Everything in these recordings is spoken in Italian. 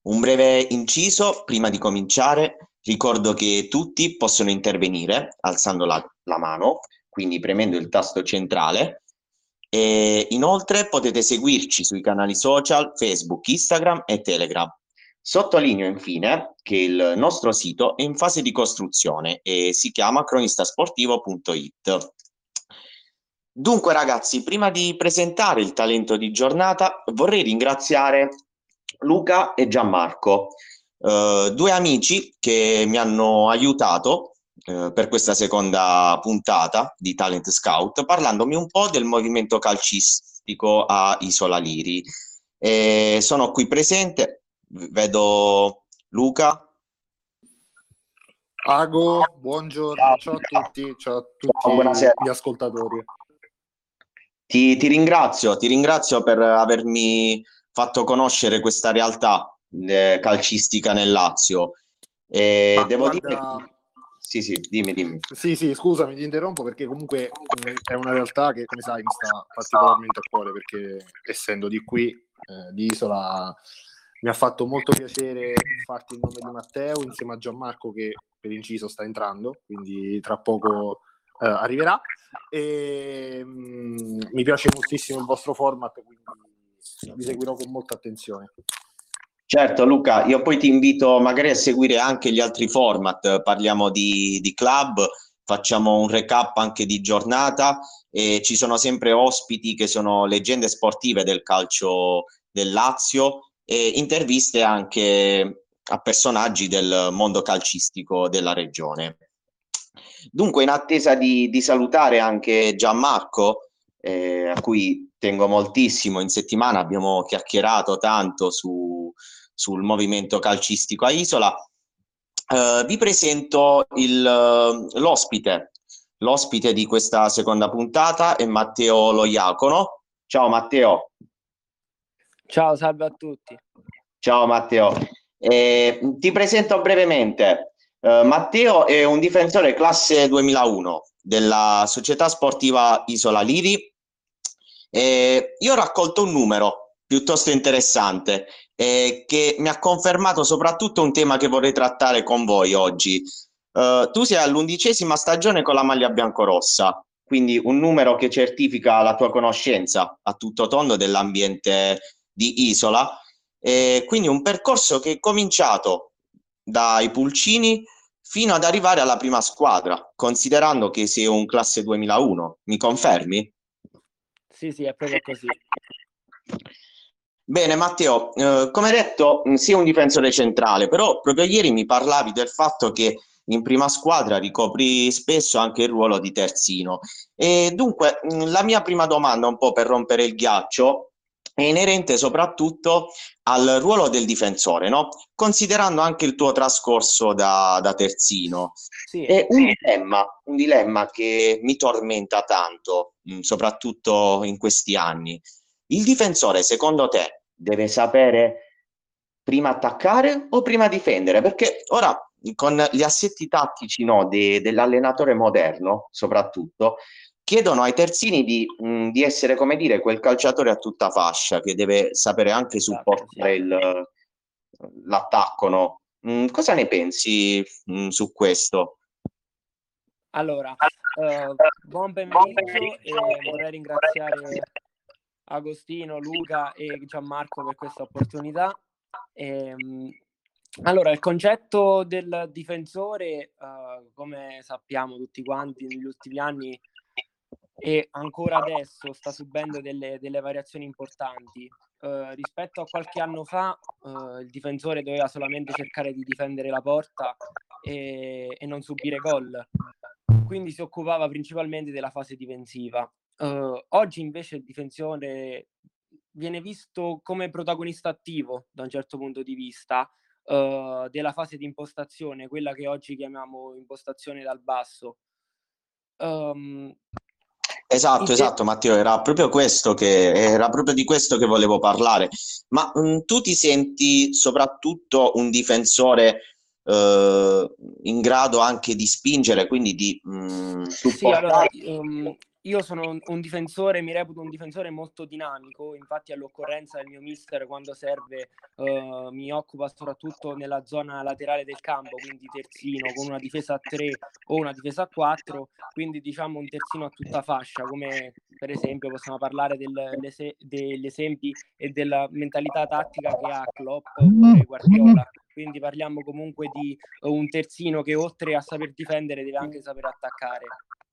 Un breve inciso prima di cominciare. Ricordo che tutti possono intervenire alzando la mano, quindi premendo il tasto centrale. E inoltre potete seguirci sui canali social Facebook, Instagram e Telegram. Sottolineo infine che il nostro sito è in fase di costruzione e si chiama cronistasportivo.it. Dunque, ragazzi, prima di presentare il talento di giornata, vorrei ringraziare Luca e Gianmarco, due amici che mi hanno aiutato per questa seconda puntata di Talent Scout, parlandomi un po' del movimento calcistico a Isola Liri. Sono qui presente, vedo Luca. Ago, buongiorno, ciao a Ciao, tutti buonasera. gli ascoltatori. Ti ringrazio per avermi fatto conoscere questa realtà calcistica nel Lazio. Ma Devo dire, guarda, sì, dimmi. sì, scusami, ti interrompo perché comunque è una realtà che, come sai, mi sta particolarmente a cuore perché essendo di qui, di Isola, mi ha fatto molto piacere farti il nome di Matteo insieme a Gianmarco che per inciso sta entrando, quindi tra poco arriverà. E mi piace moltissimo il vostro format, quindi vi seguirò con molta attenzione. Certo, Luca, io poi ti invito magari a seguire anche gli altri format, parliamo di club, facciamo un recap anche di giornata e ci sono sempre ospiti che sono leggende sportive del calcio del Lazio e interviste anche a personaggi del mondo calcistico della regione. Dunque, in attesa di salutare anche Gianmarco, a cui tengo moltissimo, in settimana abbiamo chiacchierato tanto sul movimento calcistico a Isola. Vi presento l'ospite di questa seconda puntata è Matteo Loiacono. Ciao Matteo. Ciao, salve a tutti. Ciao Matteo. Ti presento brevemente. Matteo è un difensore classe 2001 della società sportiva Isola Liri. Io ho raccolto un numero piuttosto interessante che mi ha confermato soprattutto un tema che vorrei trattare con voi oggi. Tu sei all'11ª stagione con la maglia biancorossa, quindi un numero che certifica la tua conoscenza a tutto tondo dell'ambiente di Isola. Quindi un percorso che è cominciato dai pulcini fino ad arrivare alla prima squadra, considerando che sei un classe 2001. Mi confermi? Sì, è proprio così. Bene, Matteo, come detto, sei un difensore centrale, però proprio ieri mi parlavi del fatto che in prima squadra ricopri spesso anche il ruolo di terzino. E dunque, la mia prima domanda, un po' per rompere il ghiaccio, è inerente soprattutto al ruolo del difensore, no? Considerando anche il tuo trascorso da terzino. Sì. È un dilemma che mi tormenta tanto, soprattutto in questi anni. Il difensore, secondo te, deve sapere prima attaccare o prima difendere? Perché ora, con gli assetti tattici, no, dell'allenatore moderno, soprattutto, chiedono ai terzini di essere, come dire, quel calciatore a tutta fascia che deve sapere anche supportare l'attacco, no? Cosa ne pensi, su questo? Allora, buon pomeriggio e vorrei ringraziare Agostino, Luca e Gianmarco per questa opportunità. Allora, il concetto del difensore, come sappiamo tutti quanti negli ultimi anni e ancora adesso sta subendo delle variazioni importanti. Rispetto a qualche anno fa, il difensore doveva solamente cercare di difendere la porta e non subire gol. Quindi si occupava principalmente della fase difensiva. Oggi invece il difensore viene visto come protagonista attivo da un certo punto di vista della fase di impostazione, quella che oggi chiamiamo impostazione dal basso. Esatto, Matteo, era proprio di questo che volevo parlare. Ma tu ti senti soprattutto un difensore in grado anche di spingere, quindi di Sì, allora, supportare? io sono un difensore, mi reputo un difensore molto dinamico, infatti all'occorrenza il mio mister quando serve mi occupa soprattutto nella zona laterale del campo, quindi terzino con una difesa a 3 o una difesa a 4, quindi diciamo un terzino a tutta fascia, come per esempio possiamo parlare degli esempi e della mentalità tattica che ha Klopp oppure Guardiola, quindi parliamo comunque di un terzino che oltre a saper difendere deve anche saper attaccare.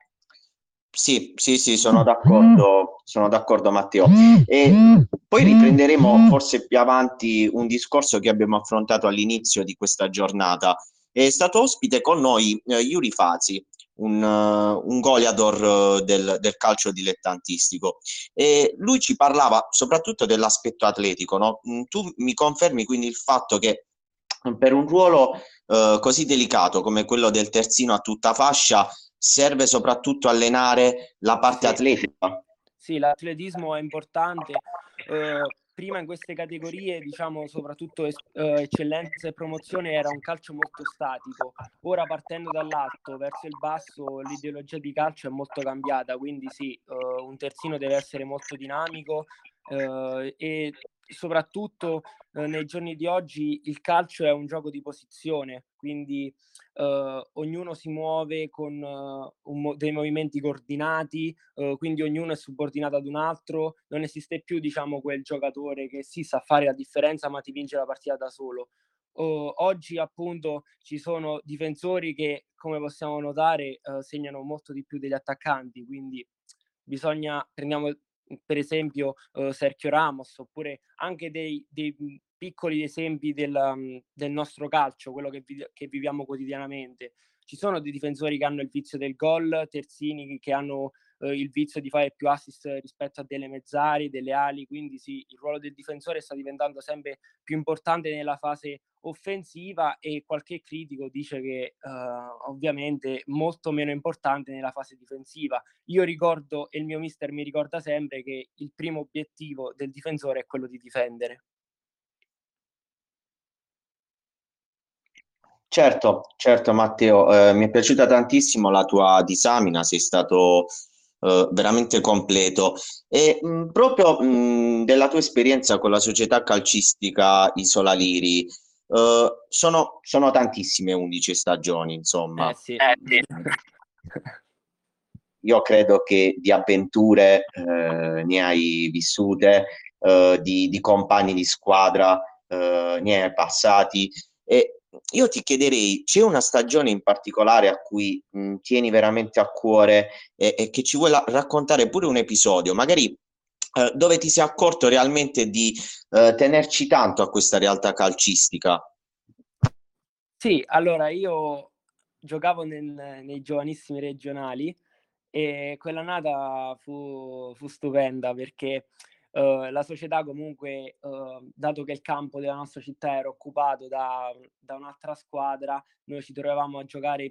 Sì, sì, sì, sono d'accordo Matteo. E poi riprenderemo forse più avanti un discorso che abbiamo affrontato all'inizio di questa giornata. È stato ospite con noi Yuri Fazi, un goleador del calcio dilettantistico. E lui ci parlava soprattutto dell'aspetto atletico, no? Tu mi confermi quindi il fatto che per un ruolo così delicato come quello del terzino a tutta fascia serve soprattutto allenare la parte atletica. Sì, l'atletismo è importante. Prima in queste categorie, diciamo, soprattutto eccellenza e promozione, era un calcio molto statico. Ora partendo dall'alto verso il basso, l'ideologia di calcio è molto cambiata, quindi sì, un terzino deve essere molto dinamico e soprattutto nei giorni di oggi il calcio è un gioco di posizione, quindi ognuno si muove con dei movimenti coordinati, quindi ognuno è subordinato ad un altro, non esiste più diciamo quel giocatore che sì sa fare la differenza ma ti vince la partita da solo. Oggi appunto ci sono difensori che come possiamo notare segnano molto di più degli attaccanti, quindi prendiamo per esempio Sergio Ramos oppure anche dei piccoli esempi del nostro calcio, quello che viviamo quotidianamente. Ci sono dei difensori che hanno il vizio del gol, terzini che hanno il vizio di fare più assist rispetto a delle mezzali, delle ali, quindi sì, il ruolo del difensore sta diventando sempre più importante nella fase offensiva e qualche critico dice che ovviamente molto meno importante nella fase difensiva. Io ricordo e il mio mister mi ricorda sempre che il primo obiettivo del difensore è quello di difendere. Certo, certo Matteo, mi è piaciuta tantissimo la tua disamina, sei stato veramente completo e proprio della tua esperienza con la società calcistica Isola Liri, sono tantissime 11 stagioni, insomma. Sì. Io credo che di avventure ne hai vissute, di compagni di squadra ne hai passati. E io ti chiederei, c'è una stagione in particolare a cui tieni veramente a cuore e che ci vuoi raccontare pure un episodio, magari dove ti sei accorto realmente di tenerci tanto a questa realtà calcistica? Sì, allora io giocavo nei giovanissimi regionali e quell'annata fu stupenda perché la società comunque, dato che il campo della nostra città era occupato da un'altra squadra, noi ci trovavamo a giocare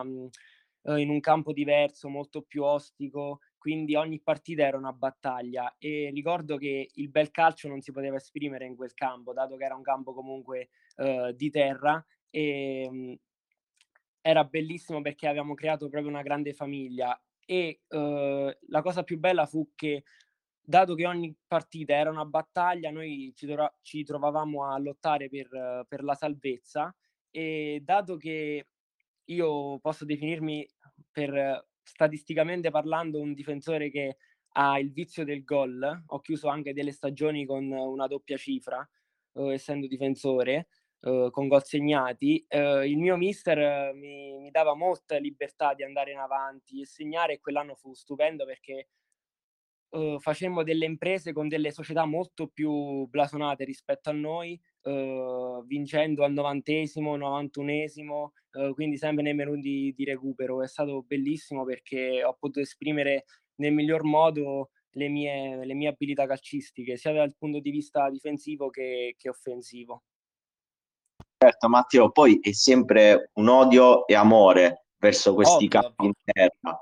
in un campo diverso, molto più ostico, quindi ogni partita era una battaglia e ricordo che il bel calcio non si poteva esprimere in quel campo, dato che era un campo comunque di terra e era bellissimo perché avevamo creato proprio una grande famiglia e la cosa più bella fu che dato che ogni partita era una battaglia, noi ci trovavamo a lottare per la salvezza e dato che io posso definirmi statisticamente parlando un difensore che ha il vizio del gol, ho chiuso anche delle stagioni con una doppia cifra, essendo difensore, con gol segnati, il mio mister mi dava molta libertà di andare in avanti e segnare e quell'anno fu stupendo perché facemmo delle imprese con delle società molto più blasonate rispetto a noi, vincendo al 90°, 91°, quindi sempre nei minuti di recupero. È stato bellissimo perché ho potuto esprimere nel miglior modo le mie abilità calcistiche, sia dal punto di vista difensivo che offensivo. Certo, Matteo, poi è sempre un odio e amore verso questi Ovvio. campi in terra,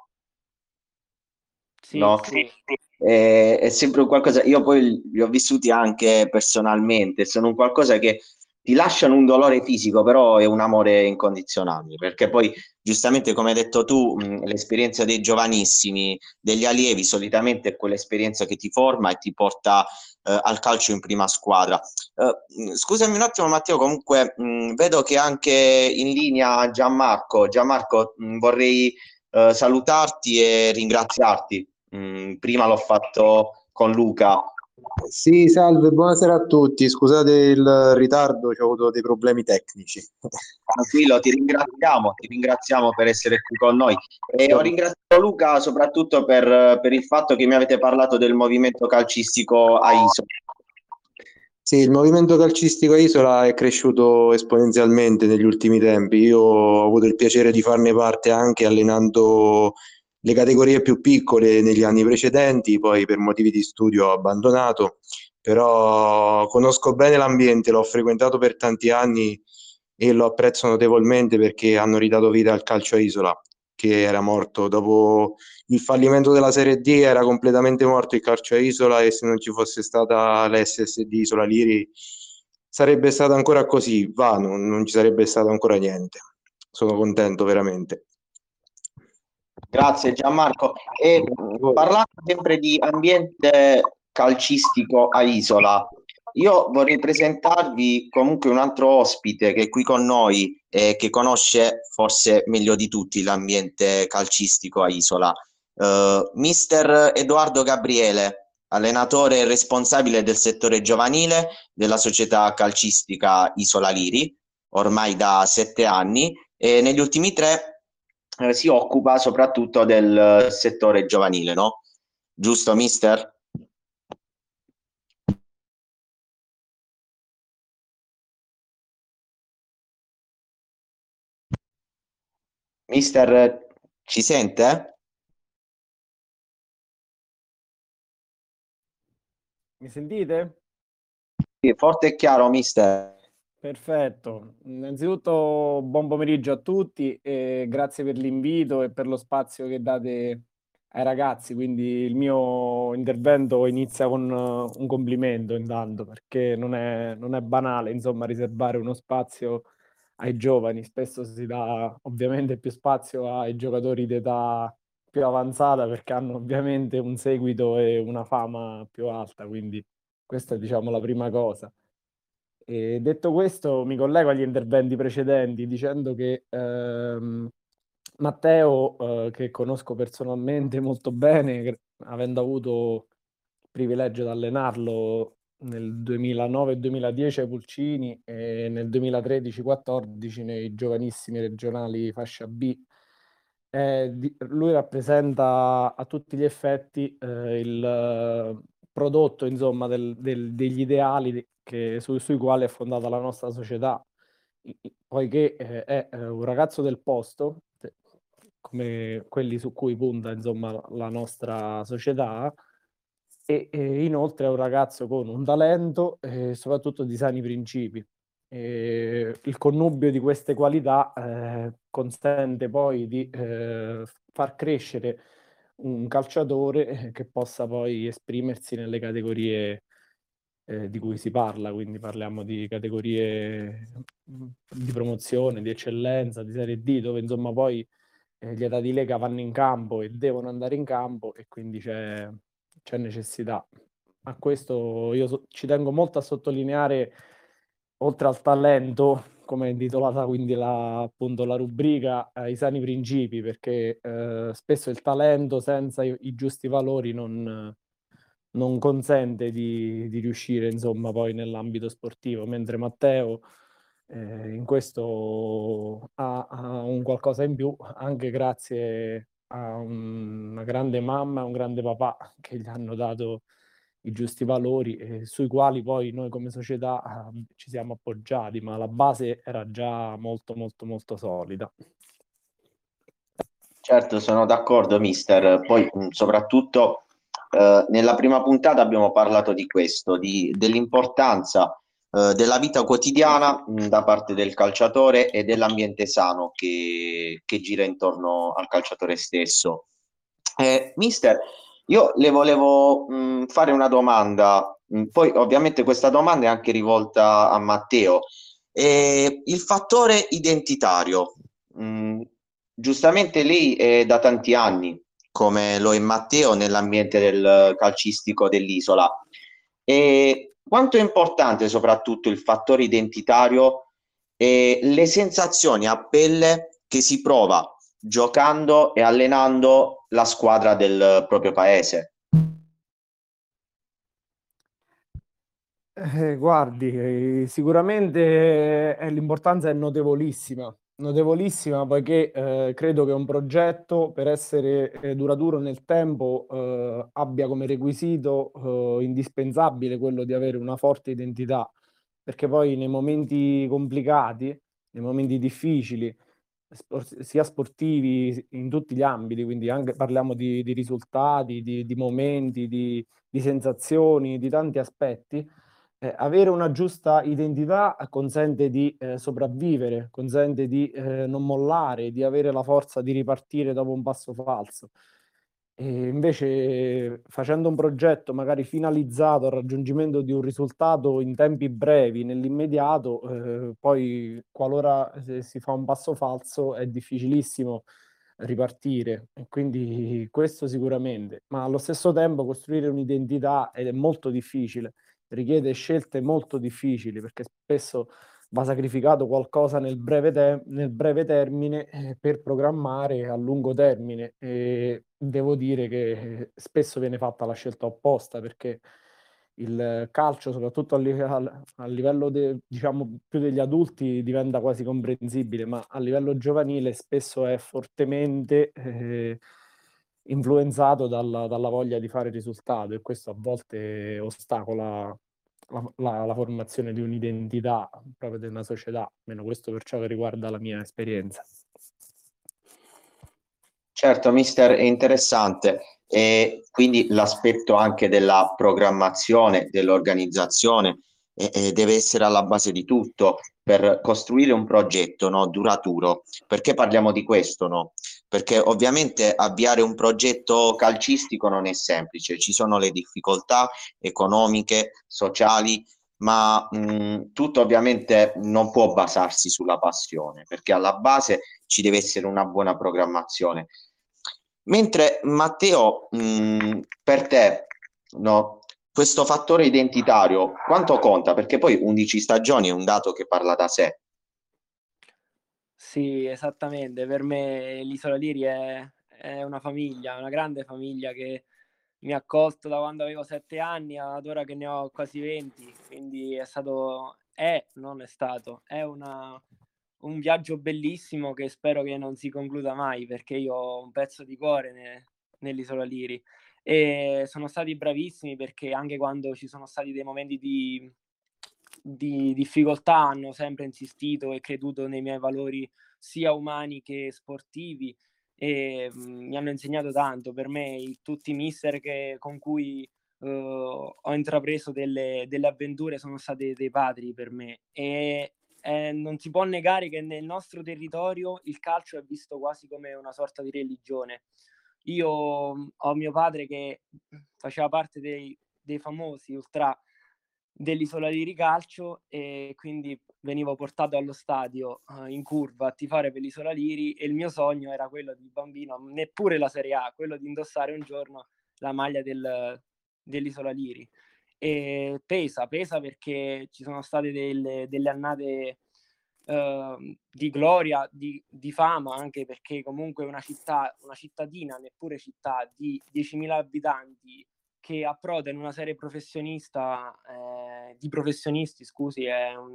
Sì, no? sì. È sempre un qualcosa, io poi li ho vissuti anche personalmente, sono un qualcosa che ti lasciano un dolore fisico, però è un amore incondizionabile, perché poi, giustamente, come hai detto tu, l'esperienza dei giovanissimi, degli allievi, solitamente è quell'esperienza che ti forma e ti porta al calcio in prima squadra. Scusami un attimo, Matteo, comunque vedo che anche in linea Gianmarco. Gianmarco, vorrei salutarti e ringraziarti. Prima l'ho fatto con Luca. Sì, salve, buonasera a tutti. Scusate il ritardo, ho avuto dei problemi tecnici. Tranquillo, ti ringraziamo per essere qui con noi. E ho ringraziato Luca soprattutto per il fatto che mi avete parlato del movimento calcistico a Isola. Sì, il movimento calcistico a Isola è cresciuto esponenzialmente negli ultimi tempi. Io ho avuto il piacere di farne parte anche allenando le categorie più piccole negli anni precedenti, poi per motivi di studio ho abbandonato, però conosco bene l'ambiente, l'ho frequentato per tanti anni e lo apprezzo notevolmente perché hanno ridato vita al calcio a Isola, che era morto dopo il fallimento della Serie D. Era completamente morto il calcio a Isola e se non ci fosse stata l'SSD Isola Liri sarebbe stato ancora così, vano, non ci sarebbe stato ancora niente. Sono contento veramente. Grazie Gianmarco. E parlando sempre di ambiente calcistico a Isola, io vorrei presentarvi comunque un altro ospite che è qui con noi e che conosce forse meglio di tutti l'ambiente calcistico a Isola. Mister Edoardo Gabriele, allenatore e responsabile del settore giovanile della società calcistica Isola Liri, ormai da 7 anni, e negli ultimi 3 si occupa soprattutto del settore giovanile, no? Giusto, mister? Mister, ci sente? Mi sentite? Sì, forte e chiaro, mister. Perfetto. Innanzitutto buon pomeriggio a tutti e grazie per l'invito e per lo spazio che date ai ragazzi. Quindi il mio intervento inizia con un complimento intanto, perché non è banale, insomma, riservare uno spazio ai giovani. Spesso si dà ovviamente più spazio ai giocatori d'età più avanzata perché hanno ovviamente un seguito e una fama più alta, quindi questa è, diciamo, la prima cosa. E detto questo, mi collego agli interventi precedenti dicendo che Matteo, che conosco personalmente molto bene, avendo avuto il privilegio di allenarlo nel 2009-2010 ai Pulcini e nel 2013-14 nei giovanissimi regionali fascia B, lui rappresenta a tutti gli effetti il prodotto, insomma, degli ideali sui quali è fondata la nostra società, poiché è un ragazzo del posto, come quelli su cui punta, insomma, la nostra società, e inoltre è un ragazzo con un talento e soprattutto di sani principi. Il connubio di queste qualità consente poi di far crescere un calciatore che possa poi esprimersi nelle categorie di cui si parla, quindi parliamo di categorie di promozione, di eccellenza, di Serie D, dove insomma poi gli età di lega vanno in campo e devono andare in campo e quindi c'è necessità. A questo io ci tengo molto a sottolineare, oltre al talento, come è intitolata quindi appunto la rubrica, i sani principi, perché spesso il talento senza i giusti valori non consente di riuscire, insomma, poi nell'ambito sportivo, mentre Matteo in questo ha un qualcosa in più, anche grazie a una grande mamma e un grande papà che gli hanno dato i giusti valori sui quali poi noi come società ci siamo appoggiati, ma la base era già molto molto molto solida. Certo, sono d'accordo, mister. Poi, soprattutto, nella prima puntata abbiamo parlato di questo, dell'importanza, della vita quotidiana, da parte del calciatore e dell'ambiente sano che gira intorno al calciatore stesso. Mister, io le volevo, fare una domanda. Poi ovviamente questa domanda è anche rivolta a Matteo. Il fattore identitario. Giustamente lei è da tanti anni, come lo è Matteo, nell'ambiente del calcistico dell'isola. E quanto è importante soprattutto il fattore identitario e le sensazioni a pelle che si prova giocando e allenando la squadra del proprio paese? Guardi, sicuramente l'importanza è notevolissima, notevolissima poiché credo che un progetto per essere duraturo nel tempo abbia come requisito indispensabile quello di avere una forte identità, perché poi nei momenti complicati, nei momenti difficili, sia sportivi in tutti gli ambiti, quindi anche parliamo di risultati, di momenti, di sensazioni, di tanti aspetti. Avere una giusta identità consente di sopravvivere, consente di non mollare, di avere la forza di ripartire dopo un passo falso. E invece facendo un progetto magari finalizzato al raggiungimento di un risultato in tempi brevi, nell'immediato, poi qualora si fa un passo falso è difficilissimo ripartire. E quindi questo sicuramente, ma allo stesso tempo costruire un'identità ed è molto difficile, richiede scelte molto difficili perché spesso va sacrificato qualcosa nel breve termine per programmare a lungo termine. E devo dire che spesso viene fatta la scelta opposta perché il calcio, soprattutto a livello diciamo più degli adulti, diventa quasi comprensibile, ma a livello giovanile spesso è fortemente influenzato dalla voglia di fare risultato e questo a volte ostacola la formazione di un'identità proprio di una società, almeno questo per ciò che riguarda la mia esperienza. Certo, mister, è interessante. E quindi l'aspetto anche della programmazione, dell'organizzazione, deve essere alla base di tutto per costruire un progetto, no, duraturo. Perché parliamo di questo, no? Perché ovviamente avviare un progetto calcistico non è semplice, ci sono le difficoltà economiche, sociali, ma tutto ovviamente non può basarsi sulla passione, perché alla base ci deve essere una buona programmazione. Mentre Matteo, per te, no, questo fattore identitario quanto conta? Perché poi 11 stagioni è un dato che parla da sé. Sì, esattamente. Per me l'Isola Liri è una famiglia, una grande famiglia che mi ha accolto da quando avevo 7 anni ad ora che ne ho quasi 20. Quindi non è stato, è un viaggio bellissimo che spero che non si concluda mai perché io ho un pezzo di cuore nell'Isola Liri. E sono stati bravissimi perché anche quando ci sono stati dei momenti di difficoltà hanno sempre insistito e creduto nei miei valori sia umani che sportivi e mi hanno insegnato tanto. Per me tutti i mister con cui ho intrapreso delle avventure sono stati dei padri per me e non si può negare che nel nostro territorio il calcio è visto quasi come una sorta di religione. Io ho mio padre che faceva parte dei famosi ultra dell'Isola di Ricalcio e quindi venivo portato allo stadio in curva a tifare per l'Isola Liri e il mio sogno era quello di bambino, neppure la Serie A, quello di indossare un giorno la maglia dell'Isola Liri. E pesa perché ci sono state delle annate di gloria, di fama, anche perché comunque una cittadina, neppure città, di 10.000 abitanti che approda in una serie professionista di professionisti, scusi,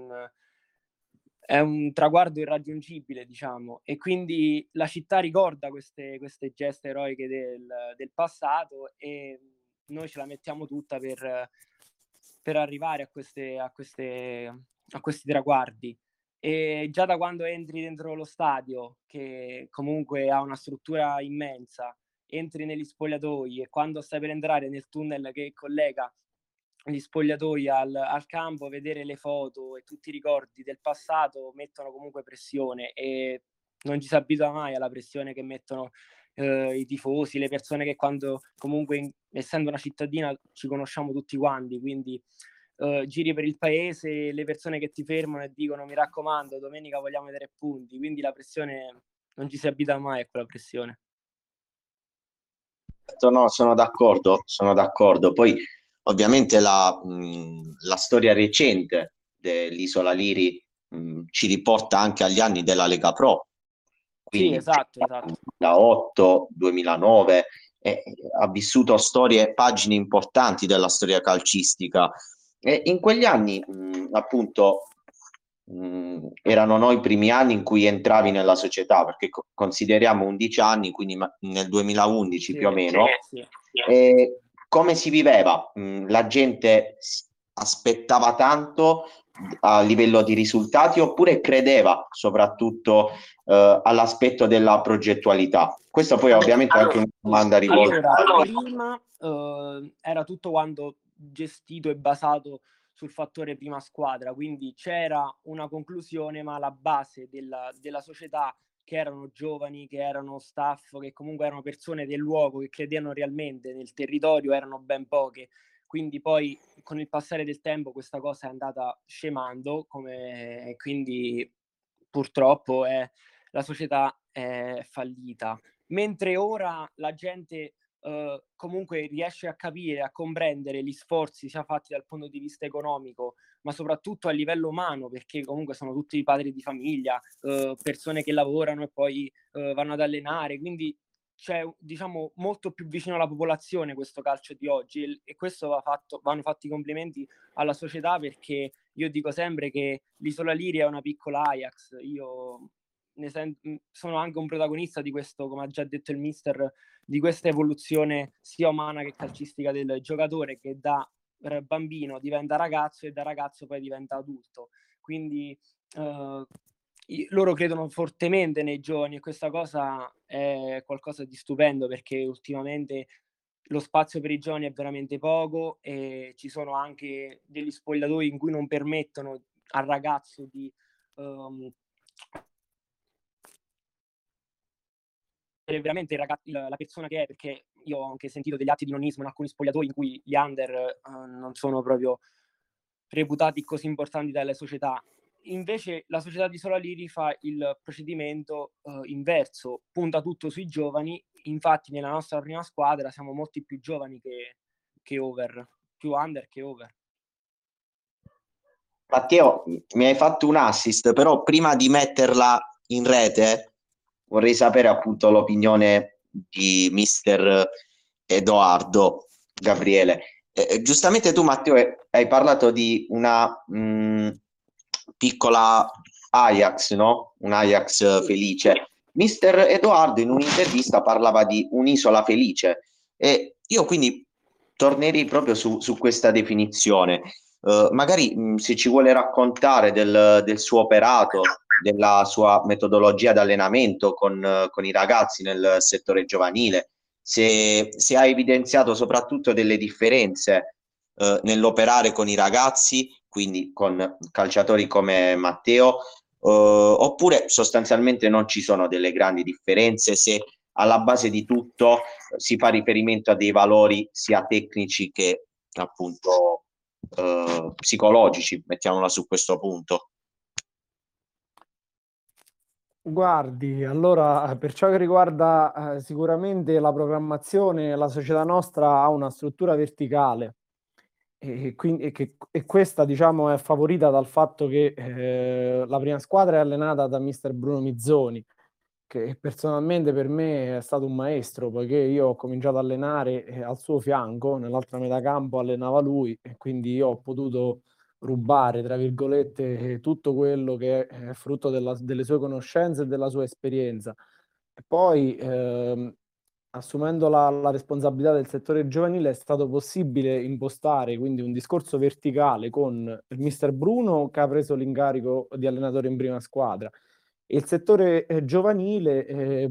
è un traguardo irraggiungibile, diciamo, e quindi la città ricorda queste gesta eroiche del passato e noi ce la mettiamo tutta per arrivare a questi traguardi. E già da quando entri dentro lo stadio, che comunque ha una struttura immensa, entri negli spogliatoi e quando stai per entrare nel tunnel che collega gli spogliatoi al campo, vedere le foto e tutti i ricordi del passato mettono comunque pressione e non ci si abitua mai alla pressione che mettono i tifosi, le persone che quando comunque essendo una cittadina ci conosciamo tutti quanti, quindi giri per il paese, le persone che ti fermano e dicono mi raccomando, domenica vogliamo i 3 punti, quindi la pressione non ci si abita mai a quella pressione. No, sono d'accordo, sono d'accordo. Poi ovviamente la storia recente dell'Isola Liri ci riporta anche agli anni della Lega Pro, Sì, quindi esatto. 2008, 2009, ha vissuto storie, pagine importanti della storia calcistica. E in quegli anni, appunto, erano noi i primi anni in cui entravi nella società, perché consideriamo 11 anni, quindi nel 2011 Sì, più o meno. sì. E come si viveva? La gente aspettava tanto a livello di risultati oppure credeva soprattutto all'aspetto della progettualità? Questa poi ovviamente è anche una domanda rivolta. Allora, prima era tutto quanto gestito e basato sul fattore prima squadra, quindi c'era una conclusione, ma la base della società, che erano giovani, che erano staff, che comunque erano persone del luogo, che credevano realmente nel territorio, erano ben poche. Quindi poi con il passare del tempo questa cosa è andata scemando, quindi purtroppo la società è fallita. Mentre ora la gente comunque riesce a capire, a comprendere gli sforzi sia fatti dal punto di vista economico, ma soprattutto a livello umano, perché comunque sono tutti padri di famiglia, persone che lavorano e poi vanno ad allenare, quindi c'è, diciamo, molto più vicino alla popolazione questo calcio di oggi, e questo vanno fatti i complimenti alla società, perché io dico sempre che l'Isola Liri è una piccola Ajax. Io sono anche un protagonista di questo, come ha già detto il mister, di questa evoluzione sia umana che calcistica del giocatore, che da bambino diventa ragazzo e da ragazzo poi diventa adulto. Quindi loro credono fortemente nei giovani, e questa cosa è qualcosa di stupendo, perché ultimamente lo spazio per i giovani è veramente poco e ci sono anche degli spogliatoi in cui non permettono al ragazzo di veramente la persona che è, perché io ho anche sentito degli atti di nonismo in alcuni spogliatoi in cui gli under non sono proprio reputati così importanti dalle società. Invece la società di Isola Liri fa il procedimento inverso, punta tutto sui giovani. Infatti nella nostra prima squadra siamo molti più giovani che over, più under che over. Matteo, mi hai fatto un assist, però prima di metterla in rete vorrei sapere appunto l'opinione di mister Edoardo Gabriele. Giustamente tu, Matteo, hai parlato di una piccola Ajax, no? Un Ajax felice. Mister Edoardo in un'intervista parlava di un'isola felice, e io quindi tornerei proprio su questa definizione. Magari se ci vuole raccontare del suo operato, della sua metodologia di allenamento con i ragazzi nel settore giovanile, se ha evidenziato soprattutto delle differenze nell'operare con i ragazzi, quindi con calciatori come Matteo, oppure sostanzialmente non ci sono delle grandi differenze, se alla base di tutto si fa riferimento a dei valori sia tecnici che appunto psicologici, mettiamola su questo punto. Guardi, allora per ciò che riguarda sicuramente la programmazione, la società nostra ha una struttura verticale e questa diciamo è favorita dal fatto che la prima squadra è allenata da mister Bruno Mizzoni, che personalmente per me è stato un maestro, poiché io ho cominciato a allenare al suo fianco, nell'altra metà campo allenava lui, e quindi io ho potuto rubare, tra virgolette, tutto quello che è frutto delle sue conoscenze e della sua esperienza. E poi, assumendo la responsabilità del settore giovanile, è stato possibile impostare quindi un discorso verticale con il mister Bruno, che ha preso l'incarico di allenatore in prima squadra, e il settore giovanile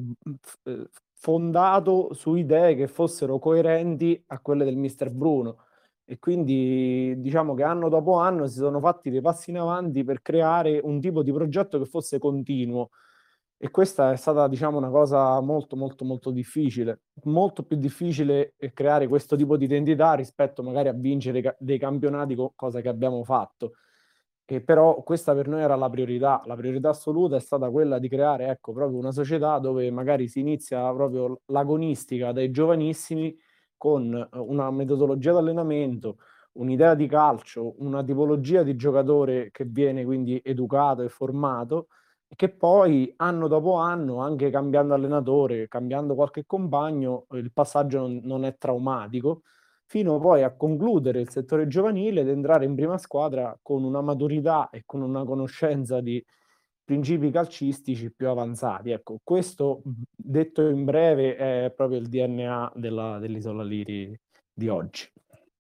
fondato su idee che fossero coerenti a quelle del mister Bruno. E quindi diciamo che anno dopo anno si sono fatti dei passi in avanti per creare un tipo di progetto che fosse continuo. E questa è stata, diciamo, una cosa molto, molto, molto difficile. Molto più difficile creare questo tipo di identità rispetto magari a vincere dei campionati, cosa che abbiamo fatto. E però questa per noi era la priorità. La priorità assoluta è stata quella di creare, ecco, proprio una società dove magari si inizia proprio l'agonistica dai giovanissimi con una metodologia di allenamento, un'idea di calcio, una tipologia di giocatore che viene quindi educato e formato, e che poi anno dopo anno, anche cambiando allenatore, cambiando qualche compagno, il passaggio non è traumatico, fino poi a concludere il settore giovanile ed entrare in prima squadra con una maturità e con una conoscenza di principi calcistici più avanzati. Ecco, questo detto in breve è proprio il DNA dell'Isola Liri di oggi.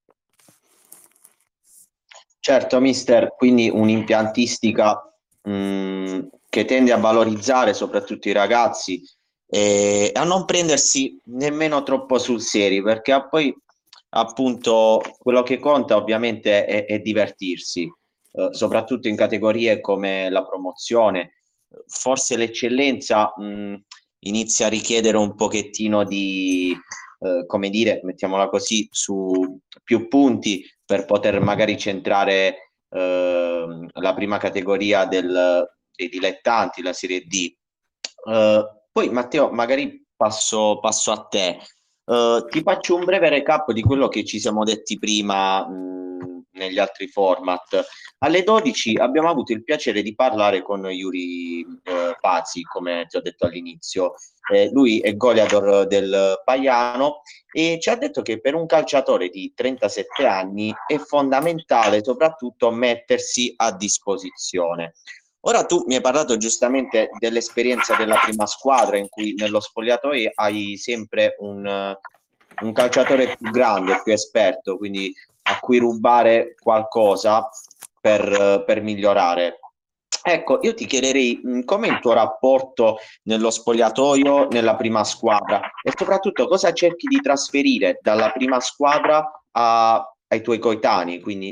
Certo, mister, quindi un'impiantistica che tende a valorizzare soprattutto i ragazzi e a non prendersi nemmeno troppo sul serio, perché poi appunto quello che conta ovviamente è divertirsi, soprattutto in categorie come la promozione. Forse l'eccellenza inizia a richiedere un pochettino di, come dire, mettiamola così, su più punti per poter magari centrare la prima categoria dei dilettanti, la Serie D. Poi Matteo, magari passo a te. Ti faccio un breve recap di quello che ci siamo detti prima negli altri format. Alle 12 abbiamo avuto il piacere di parlare con Yuri Pazzi, come ti ho detto all'inizio. Lui è goleador del Paiano e ci ha detto che per un calciatore di 37 anni è fondamentale soprattutto mettersi a disposizione. Ora tu mi hai parlato giustamente dell'esperienza della prima squadra in cui nello spogliatoio hai sempre un calciatore più grande, più esperto, quindi a cui rubare qualcosa per migliorare. Ecco, io ti chiederei com'è il tuo rapporto nello spogliatoio, nella prima squadra e soprattutto cosa cerchi di trasferire dalla prima squadra ai tuoi coetanei, quindi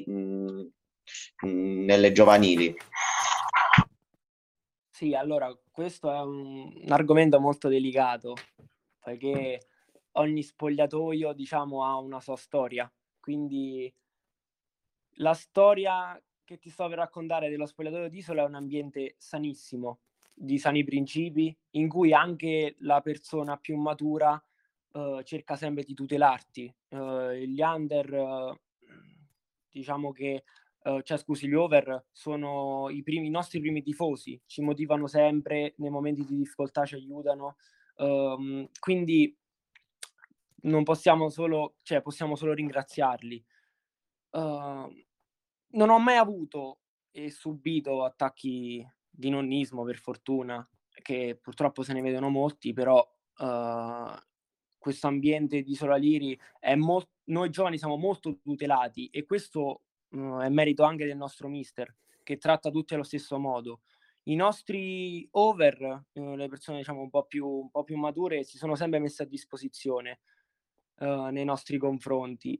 nelle giovanili. Sì, allora, questo è un argomento molto delicato, perché ogni spogliatoio, diciamo, ha una sua storia. Quindi la storia che ti sto per raccontare dello spogliatoio d'Isola è un ambiente sanissimo, di sani principi, in cui anche la persona più matura cerca sempre di tutelarti. Gli under, diciamo che gli over sono i nostri primi tifosi, ci motivano sempre, nei momenti di difficoltà ci aiutano, quindi non possiamo possiamo solo ringraziarli. Non ho mai avuto e subito attacchi di nonnismo, per fortuna, che purtroppo se ne vedono molti, però questo ambiente di Isola Liri noi giovani siamo molto tutelati e questo è merito anche del nostro mister, che tratta tutti allo stesso modo. I nostri over, le persone diciamo un po' più mature, si sono sempre messe a disposizione nei nostri confronti.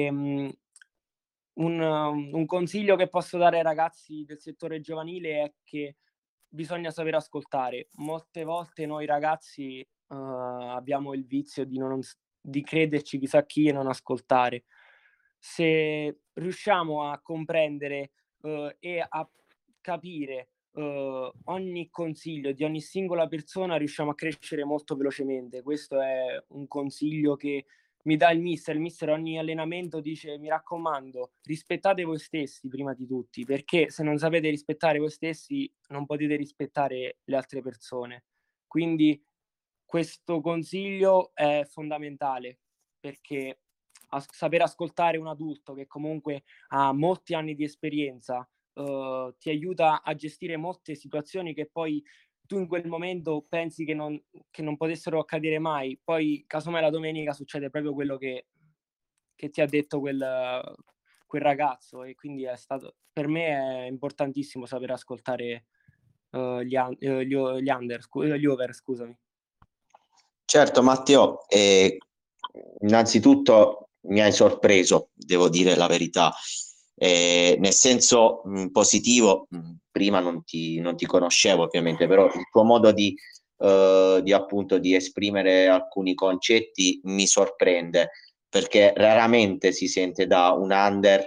Un consiglio che posso dare ai ragazzi del settore giovanile è che bisogna saper ascoltare. Molte volte noi ragazzi abbiamo il vizio di crederci chissà chi e non ascoltare. Se riusciamo a comprendere e a capire ogni consiglio di ogni singola persona, riusciamo a crescere molto velocemente. Questo è un consiglio che mi dà il mister ogni allenamento dice: mi raccomando, rispettate voi stessi prima di tutti, perché se non sapete rispettare voi stessi non potete rispettare le altre persone. Quindi questo consiglio è fondamentale, perché saper ascoltare un adulto che comunque ha molti anni di esperienza ti aiuta a gestire molte situazioni che poi tu in quel momento pensi che non potessero accadere mai, poi casomai la domenica succede proprio quello che ti ha detto quel ragazzo, e quindi per me è importantissimo saper ascoltare gli over, scusami. Certo, Matteo, innanzitutto mi hai sorpreso, devo dire la verità. nel senso positivo. Prima non ti conoscevo ovviamente, però il tuo modo appunto di esprimere alcuni concetti mi sorprende, perché raramente si sente da un under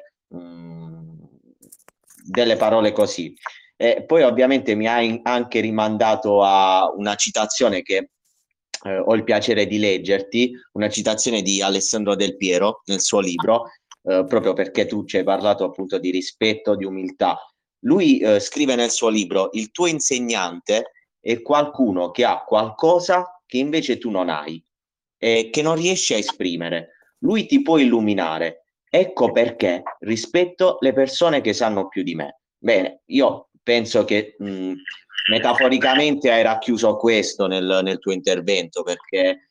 delle parole così. Poi ovviamente mi hai anche rimandato a una citazione che ho il piacere di leggerti, una citazione di Alessandro Del Piero nel suo libro, proprio perché tu ci hai parlato appunto di rispetto, di umiltà. Lui scrive nel suo libro: il tuo insegnante è qualcuno che ha qualcosa che invece tu non hai e che non riesci a esprimere. Lui ti può illuminare. Ecco perché rispetto le persone che sanno più di me. Bene, io penso che metaforicamente hai racchiuso questo nel tuo intervento, perché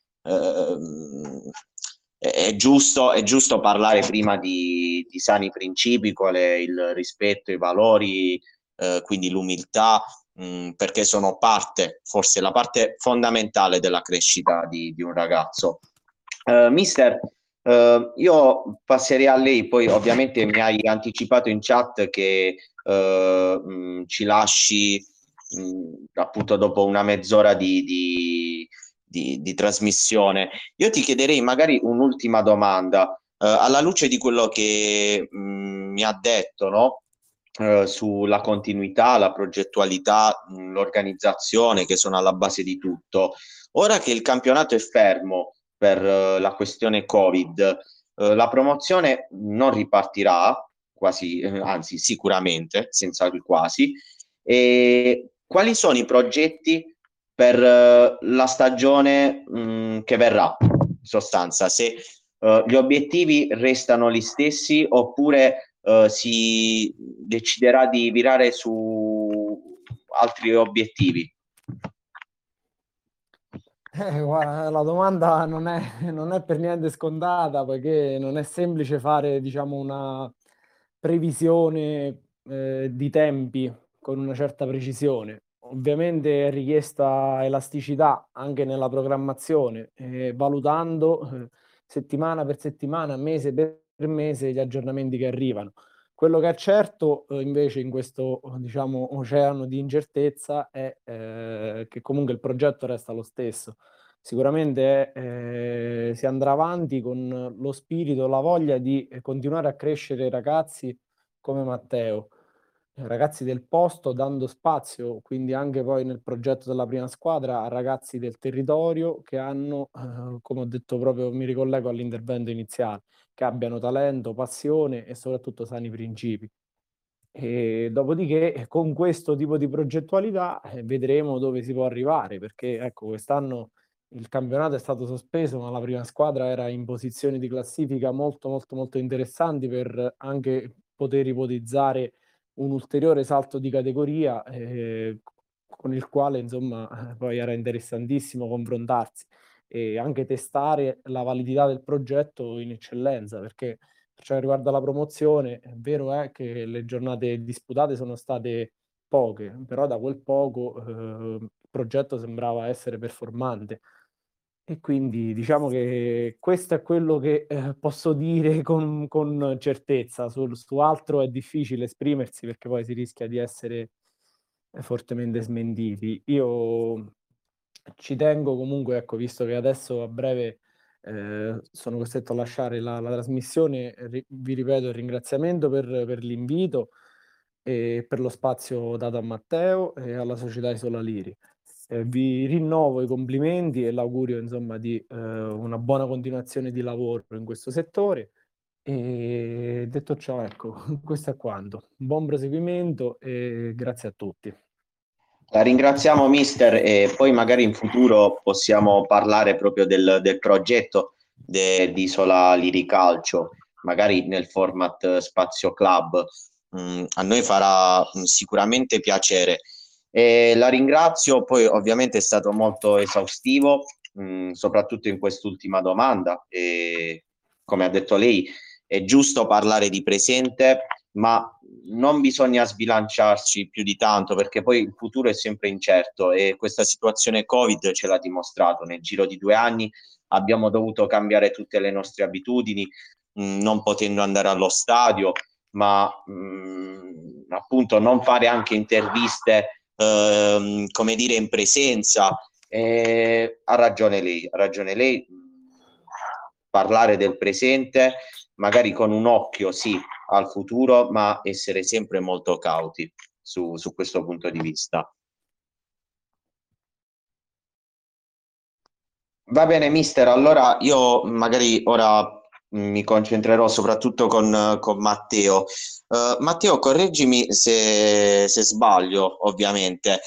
è giusto parlare prima di sani principi, quale il rispetto, i valori, quindi l'umiltà, perché sono forse la parte fondamentale della crescita di un ragazzo. Mister, io passerei a lei, poi ovviamente mi hai anticipato in chat che ci lasci appunto dopo una mezz'ora di trasmissione. Io ti chiederei magari un'ultima domanda, alla luce di quello che mi ha detto, no? Sulla continuità, la progettualità, l'organizzazione, che sono alla base di tutto. Ora che il campionato è fermo per la questione Covid, la promozione non ripartirà quasi, anzi sicuramente, senza il quasi. E quali sono i progetti per la stagione che verrà, in sostanza? Se gli obiettivi restano gli stessi, oppure si deciderà di virare su altri obiettivi? Guarda, la domanda non è per niente scontata, poiché non è semplice fare, diciamo, una previsione di tempi con una certa precisione. Ovviamente è richiesta elasticità anche nella programmazione, valutando settimana per settimana, mese per mese gli aggiornamenti che arrivano. Quello che è certo, invece, in questo, diciamo, oceano di incertezza è che comunque il progetto resta lo stesso. Sicuramente si andrà avanti con lo spirito, la voglia di continuare a crescere ragazzi come Matteo, ragazzi del posto, dando spazio, quindi anche poi nel progetto della prima squadra, a ragazzi del territorio che hanno, come ho detto proprio, mi ricollego all'intervento iniziale, che abbiano talento, passione e soprattutto sani principi. E dopodiché, con questo tipo di progettualità, vedremo dove si può arrivare, perché ecco, quest'anno il campionato è stato sospeso, ma la prima squadra era in posizioni di classifica molto, molto, molto interessanti per anche poter ipotizzare un ulteriore salto di categoria, con il quale, insomma, poi era interessantissimo confrontarsi e anche testare la validità del progetto in eccellenza, perché per ciò che riguarda la promozione, è vero è che le giornate disputate sono state poche, però da quel poco il progetto sembrava essere performante. E quindi diciamo che questo è quello che posso dire con certezza. Su altro è difficile esprimersi, perché poi si rischia di essere fortemente smentiti. Io ci tengo comunque, ecco, visto che adesso a breve sono costretto a lasciare la trasmissione, vi ripeto il ringraziamento per l'invito e per lo spazio dato a Matteo e alla società Isola Liri. Vi rinnovo i complimenti e l'augurio, insomma, di una buona continuazione di lavoro in questo settore. E detto ciò, ecco, questo è quanto. Buon proseguimento e grazie a tutti. La ringraziamo, mister, e poi magari in futuro possiamo parlare proprio del progetto di Isola Liricalcio, magari nel format Spazio Club. A noi farà sicuramente piacere. La ringrazio, poi ovviamente è stato molto esaustivo, soprattutto in quest'ultima domanda. E, come ha detto lei, è giusto parlare di presente, ma non bisogna sbilanciarci più di tanto, perché poi il futuro è sempre incerto e questa situazione Covid ce l'ha dimostrato. Nel giro di 2 anni abbiamo dovuto cambiare tutte le nostre abitudini, non potendo andare allo stadio, ma appunto non fare anche interviste, come dire, in presenza. Ha ragione lei. Parlare del presente, magari con un occhio sì al futuro, ma essere sempre molto cauti su questo punto di vista. Va bene, mister. Allora io magari ora mi concentrerò soprattutto con Matteo. Matteo, correggimi se sbaglio, ovviamente.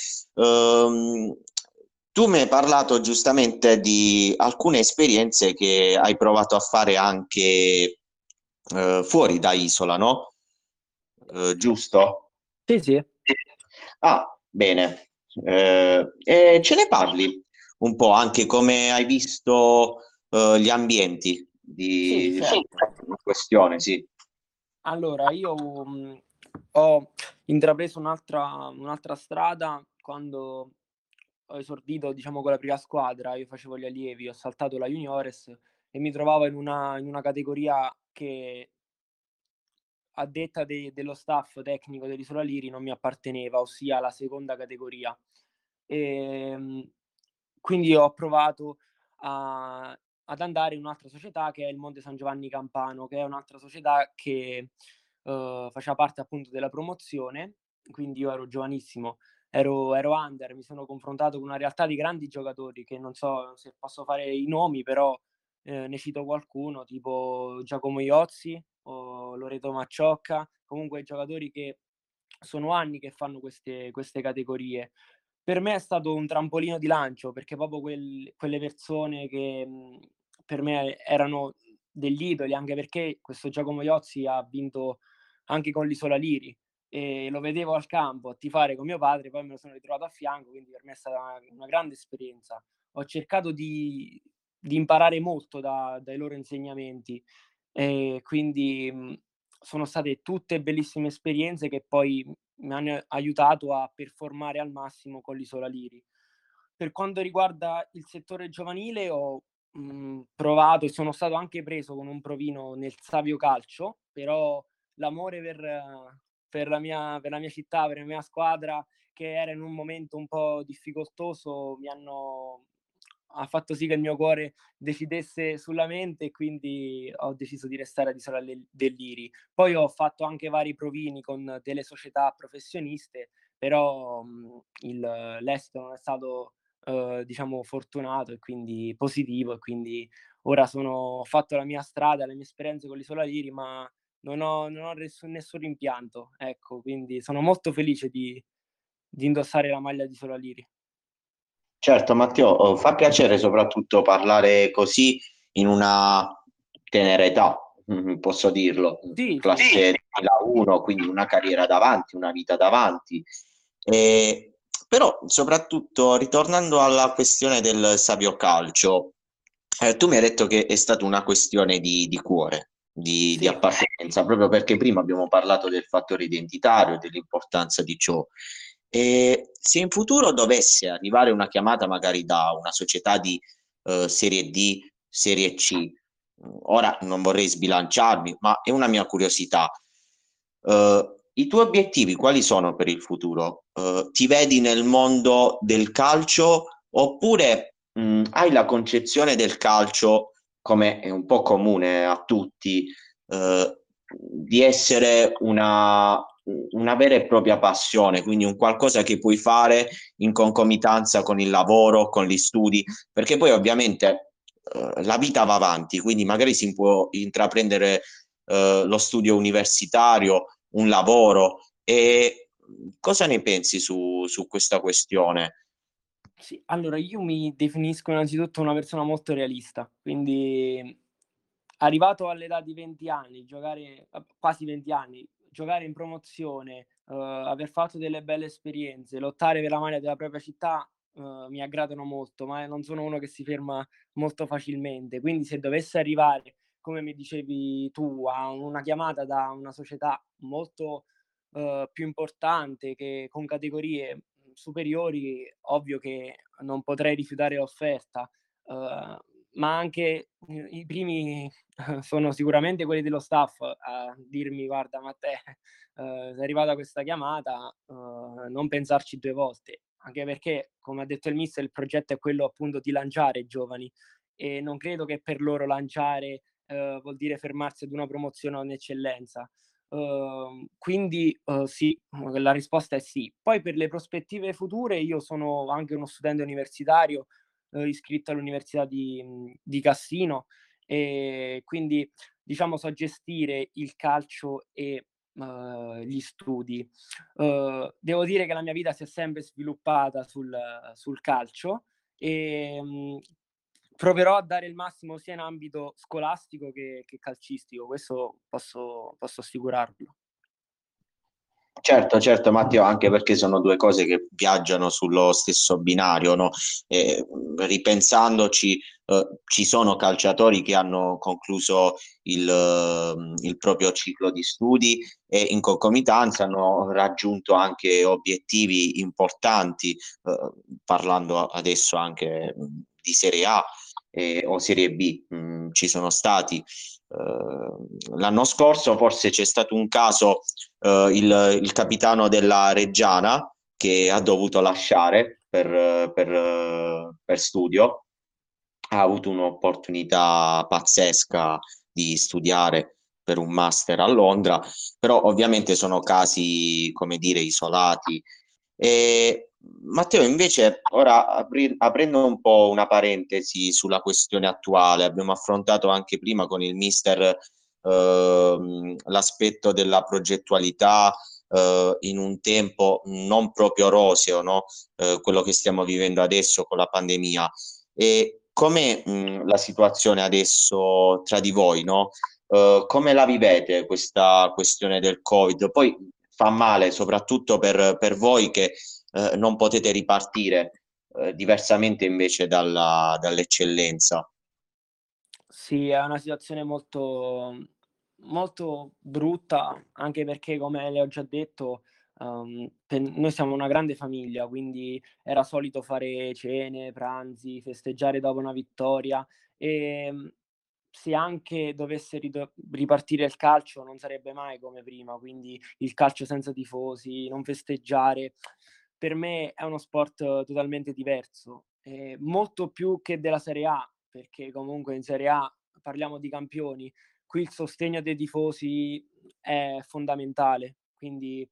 Tu mi hai parlato giustamente di alcune esperienze che hai provato a fare anche fuori da Isola, no? Giusto? Sì, sì. Ah, bene. E ce ne parli un po' anche come hai visto gli ambienti Sì, certo. in questione, sì. Allora, io ho intrapreso un'altra strada quando ho esordito, diciamo, con la prima squadra. Io facevo gli allievi, ho saltato la juniores e mi trovavo in una categoria che, a detta dello staff tecnico dell'Isola Liri, non mi apparteneva, ossia la seconda categoria. Quindi ho provato ad andare in un'altra società, che è il Monte San Giovanni Campano, che è un'altra società che faceva parte appunto della promozione. Quindi io ero giovanissimo, ero under, mi sono confrontato con una realtà di grandi giocatori, che non so se posso fare i nomi, però ne cito qualcuno, tipo Giacomo Iozzi o Loreto Macciocca, comunque giocatori che sono anni che fanno queste categorie. Per me è stato un trampolino di lancio, perché proprio quelle persone che per me erano degli idoli, anche perché questo Giacomo Iozzi ha vinto anche con l'Isola Liri e lo vedevo al campo a tifare con mio padre, poi me lo sono ritrovato a fianco, quindi per me è stata una grande esperienza. Ho cercato di imparare molto dai loro insegnamenti, e quindi sono state tutte bellissime esperienze che poi mi hanno aiutato a performare al massimo con l'Isola Liri. Per quanto riguarda il settore giovanile, ho provato e sono stato anche preso con un provino nel Savio Calcio, però l'amore per la mia città, per la mia squadra, che era in un momento un po' difficoltoso, ha fatto sì che il mio cuore decidesse sulla mente, e quindi ho deciso di restare ad Isola del Liri. Poi ho fatto anche vari provini con delle società professioniste, però l'esito non è stato diciamo fortunato e quindi positivo, e quindi ora ho fatto la mia strada, le mie esperienze con l'Isola Liri, ma non ho nessun rimpianto, ecco, quindi sono molto felice di indossare la maglia di Isola Liri. Certo, Matteo, fa piacere soprattutto parlare così in una tenera età, posso dirlo, Sì, sì. classe 2001, quindi una carriera davanti, una vita davanti. E, però, soprattutto, ritornando alla questione del Savio Calcio, tu mi hai detto che è stata una questione di cuore, di Sì. appartenenza, proprio perché prima abbiamo parlato del fattore identitario, dell'importanza di ciò. E se in futuro dovesse arrivare una chiamata magari da una società di Serie D, Serie C, ora non vorrei sbilanciarmi, ma è una mia curiosità. I tuoi obiettivi quali sono per il futuro? Ti vedi nel mondo del calcio oppure hai la concezione del calcio, come è un po' comune a tutti, di essere una vera e propria passione, quindi un qualcosa che puoi fare in concomitanza con il lavoro, con gli studi, perché poi ovviamente la vita va avanti, quindi magari si può intraprendere lo studio universitario, un lavoro. E cosa ne pensi su questa questione? Sì, allora io mi definisco innanzitutto una persona molto realista, quindi arrivato all'età di 20 anni, quasi 20 anni, giocare in promozione, aver fatto delle belle esperienze, lottare per la maglia della propria città, mi aggradano molto, ma non sono uno che si ferma molto facilmente. Quindi se dovesse arrivare, come mi dicevi tu, a una chiamata da una società molto più importante, che con categorie superiori, ovvio che non potrei rifiutare l'offerta. ma anche i primi sono sicuramente quelli dello staff a dirmi: guarda Matteo, sei arrivata questa chiamata, non pensarci 2 volte, anche perché, come ha detto il mister, il progetto è quello appunto di lanciare i giovani e non credo che per loro lanciare vuol dire fermarsi ad una promozione o un'eccellenza. Quindi sì, la risposta è sì. Poi per le prospettive future io sono anche uno studente universitario iscritto all'Università di Cassino e quindi diciamo so gestire il calcio e gli studi. Devo dire che la mia vita si è sempre sviluppata sul calcio e proverò a dare il massimo sia in ambito scolastico che calcistico, questo posso assicurarlo. Certo, Matteo, anche perché sono due cose che viaggiano sullo stesso binario, no? Ripensandoci, ci sono calciatori che hanno concluso il proprio ciclo di studi e in concomitanza hanno raggiunto anche obiettivi importanti, parlando adesso anche di Serie A o Serie B. Ci sono stati l'anno scorso, forse c'è stato un caso, il capitano della Reggiana che ha dovuto lasciare per studio, ha avuto un'opportunità pazzesca di studiare per un master a Londra, però ovviamente sono casi, come dire, isolati. E Matteo, invece, ora aprendo un po' una parentesi sulla questione attuale, abbiamo affrontato anche prima con il mister l'aspetto della progettualità in un tempo non proprio roseo, no? Quello che stiamo vivendo adesso con la pandemia. E com'è la situazione adesso tra di voi, no? Come la vivete questa questione del Covid? Poi fa male soprattutto per voi che non potete ripartire diversamente invece dall'eccellenza. Sì, è una situazione molto brutta, anche perché, come le ho già detto, noi siamo una grande famiglia, quindi era solito fare cene, pranzi, festeggiare dopo una vittoria e se anche dovesse ripartire il calcio non sarebbe mai come prima, quindi il calcio senza tifosi, non festeggiare. Per me è uno sport totalmente diverso, molto più che della Serie A, perché comunque in Serie A parliamo di campioni, qui il sostegno dei tifosi è fondamentale, quindi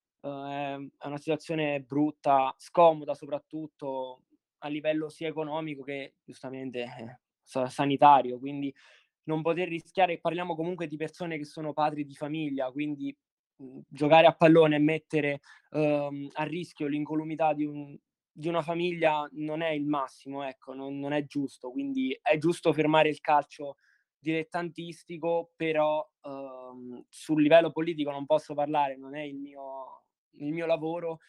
è una situazione brutta, scomoda soprattutto a livello sia economico che giustamente sanitario, quindi non poter rischiare, parliamo comunque di persone che sono padri di famiglia, quindi giocare a pallone e mettere a rischio l'incolumità di una famiglia non è il massimo, ecco, non è giusto, quindi è giusto fermare il calcio dilettantistico, però sul livello politico non posso parlare, non è il mio lavoro.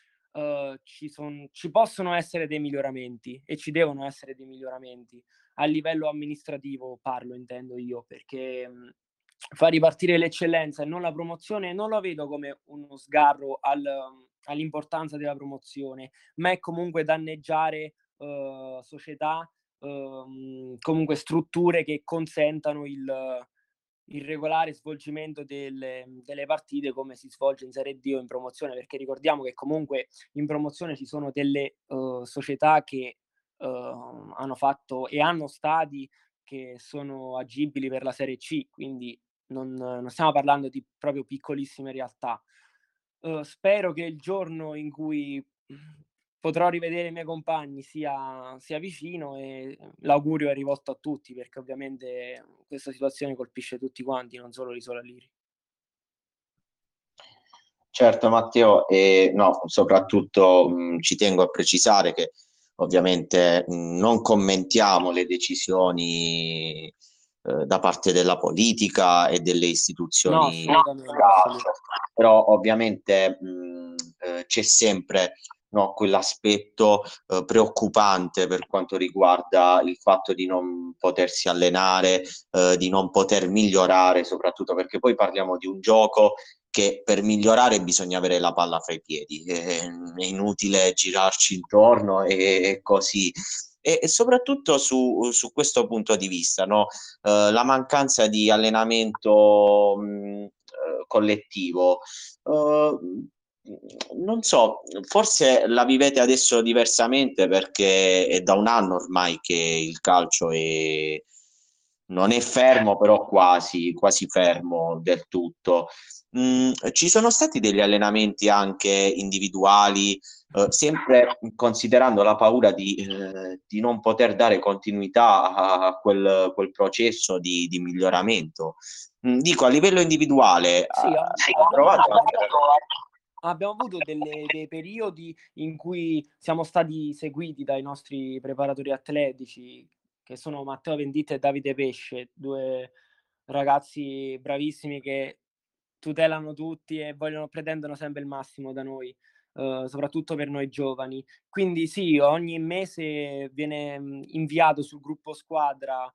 Ci possono essere dei miglioramenti e ci devono essere dei miglioramenti a livello amministrativo, parlo, intendo io, perché far ripartire l'eccellenza e non la promozione non lo vedo come uno sgarro all'importanza della promozione, ma è comunque danneggiare società, comunque strutture che consentano il regolare svolgimento delle partite come si svolge in Serie D o in promozione, perché ricordiamo che comunque in promozione ci sono delle società che hanno fatto e hanno stadi che sono agibili per la Serie C, quindi non stiamo parlando di proprio piccolissime realtà. Spero che il giorno in cui potrò rivedere i miei compagni sia vicino e l'augurio è rivolto a tutti, perché ovviamente questa situazione colpisce tutti quanti, non solo l'Isola Liri. Certo, Matteo, e no, soprattutto ci tengo a precisare che ovviamente non commentiamo le decisioni da parte della politica e delle No, istituzioni, assolutamente. però ovviamente c'è sempre, no, quell'aspetto preoccupante per quanto riguarda il fatto di non potersi allenare, di non poter migliorare, soprattutto perché poi parliamo di un gioco che per migliorare bisogna avere la palla fra i piedi, è inutile girarci intorno e così. e soprattutto su questo punto di vista, no? La mancanza di allenamento collettivo. Non so, forse la vivete adesso diversamente perché è da un anno ormai che il calcio non è fermo, però quasi fermo del tutto. Ci sono stati degli allenamenti anche individuali, sempre considerando la paura di non poter dare continuità a quel processo di miglioramento. Dico, a livello individuale, Sì, hai provato anche abbiamo avuto dei periodi in cui siamo stati seguiti dai nostri preparatori atletici, che sono Matteo Venditta e Davide Pesce, due ragazzi bravissimi che tutelano tutti e pretendono sempre il massimo da noi, soprattutto per noi giovani. Quindi sì, ogni mese viene inviato sul gruppo squadra